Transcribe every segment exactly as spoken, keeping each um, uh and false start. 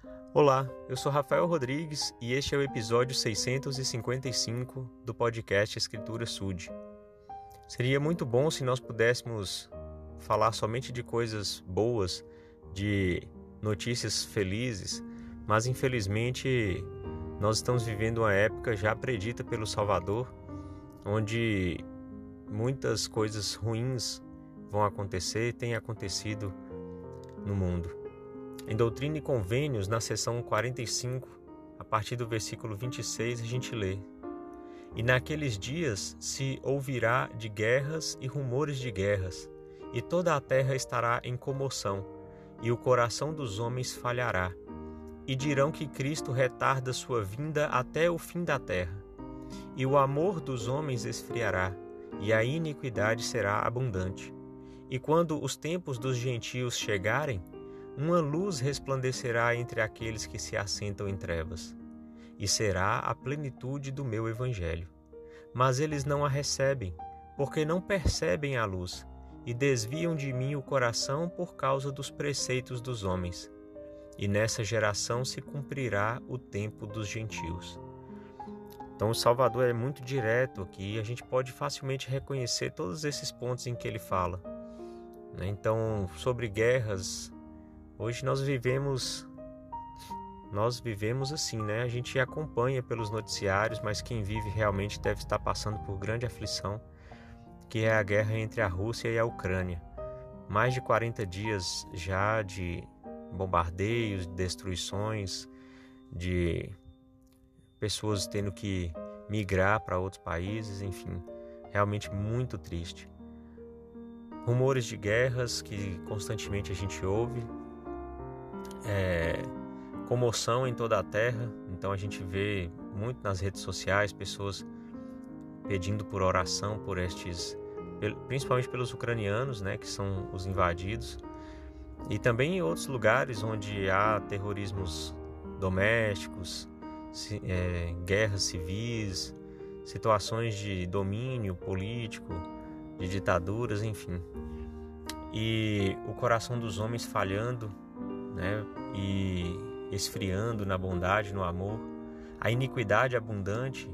Olá, eu sou Rafael Rodrigues e este é o episódio seiscentos e cinquenta e cinco do podcast Escritura Sud. Seria muito bom se nós pudéssemos falar somente de coisas boas, de notícias felizes, mas infelizmente nós estamos vivendo uma época já predita pelo Salvador, onde muitas coisas ruins vão acontecer e têm acontecido no mundo. Em Doutrina e Convênios, na seção quarenta e cinco, a partir do versículo vinte e seis, a gente lê: E naqueles dias se ouvirá de guerras e rumores de guerras, e toda a terra estará em comoção, e o coração dos homens falhará. E dirão que Cristo retarda sua vinda até o fim da terra. E o amor dos homens esfriará, e a iniquidade será abundante. E quando os tempos dos gentios chegarem, uma luz resplandecerá entre aqueles que se assentam em trevas, e será a plenitude do meu evangelho. Mas eles não a recebem, porque não percebem a luz, e desviam de mim o coração por causa dos preceitos dos homens. E nessa geração se cumprirá o tempo dos gentios. Então o Salvador é muito direto aqui, e a gente pode facilmente reconhecer todos esses pontos em que ele fala. Então, sobre guerras, hoje nós vivemos, nós vivemos assim, né? A gente acompanha pelos noticiários, mas quem vive realmente deve estar passando por grande aflição, que é a guerra entre a Rússia e a Ucrânia. Mais de quarenta dias já de bombardeios, de destruições, de pessoas tendo que migrar para outros países, enfim, realmente muito triste. Rumores de guerras que constantemente a gente ouve, É, comoção em toda a terra. Então a gente vê muito nas redes sociais pessoas pedindo por oração por estes, principalmente pelos ucranianos, né, que são os invadidos, e também em outros lugares onde há terrorismos domésticos, é, guerras civis, situações de domínio político, de ditaduras, enfim. E o coração dos homens falhando, né, e esfriando na bondade, no amor, a iniquidade abundante.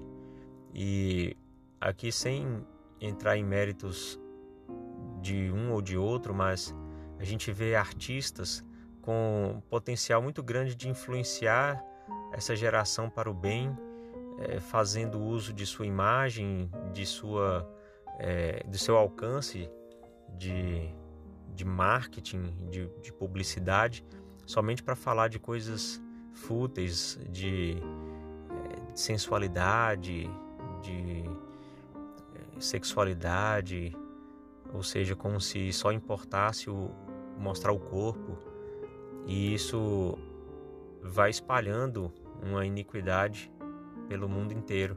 E aqui, sem entrar em méritos de um ou de outro, mas a gente vê artistas com potencial muito grande de influenciar essa geração para o bem, é, fazendo uso de sua imagem, de sua, é, do seu alcance de, de marketing, de, de publicidade, somente para falar de coisas fúteis, de, de sensualidade, de sexualidade, ou seja, como se só importasse o mostrar o corpo, e isso vai espalhando uma iniquidade pelo mundo inteiro.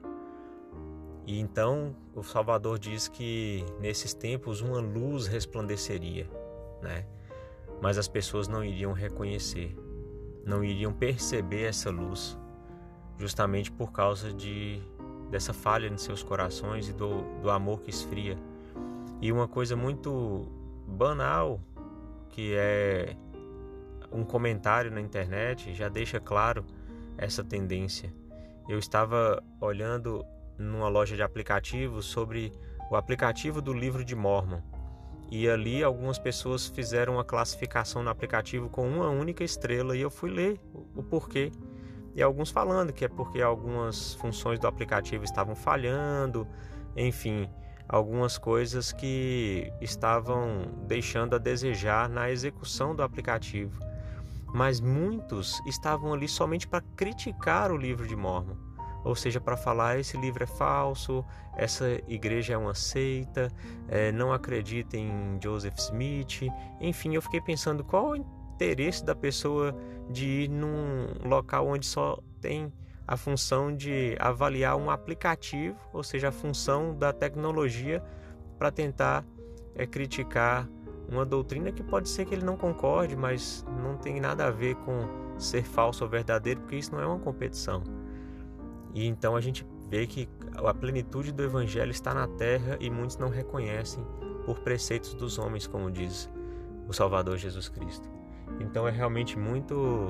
E então o Salvador diz que nesses tempos uma luz resplandeceria, né? Mas as pessoas não iriam reconhecer, não iriam perceber essa luz, justamente por causa de, dessa falha em seus corações e do, do amor que esfria. E uma coisa muito banal, que é um comentário na internet, já deixa claro essa tendência. Eu estava olhando numa loja de aplicativos sobre o aplicativo do Livro de Mórmon. E ali algumas pessoas fizeram uma classificação no aplicativo com uma única estrela, e eu fui ler o porquê. E alguns falando que é porque algumas funções do aplicativo estavam falhando, enfim, algumas coisas que estavam deixando a desejar na execução do aplicativo. Mas muitos estavam ali somente para criticar o Livro de Mórmon. Ou seja, para falar, esse livro é falso, essa igreja é uma seita, é, não acredita em Joseph Smith. Enfim, eu fiquei pensando qual o interesse da pessoa de ir num local onde só tem a função de avaliar um aplicativo, ou seja, a função da tecnologia, para tentar é, criticar uma doutrina que pode ser que ele não concorde, mas não tem nada a ver com ser falso ou verdadeiro, porque isso não é uma competição. E então a gente vê que a plenitude do Evangelho está na terra e muitos não reconhecem por preceitos dos homens, como diz o Salvador Jesus Cristo. Então é realmente muito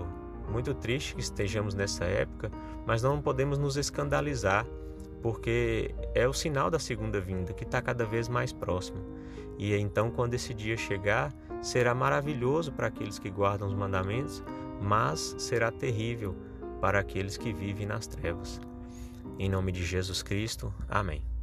muito triste que estejamos nessa época, mas não podemos nos escandalizar, porque é o sinal da segunda vinda, que está cada vez mais próximo. E então, quando esse dia chegar, será maravilhoso para aqueles que guardam os mandamentos, mas será terrível para aqueles que vivem nas trevas. Em nome de Jesus Cristo, amém.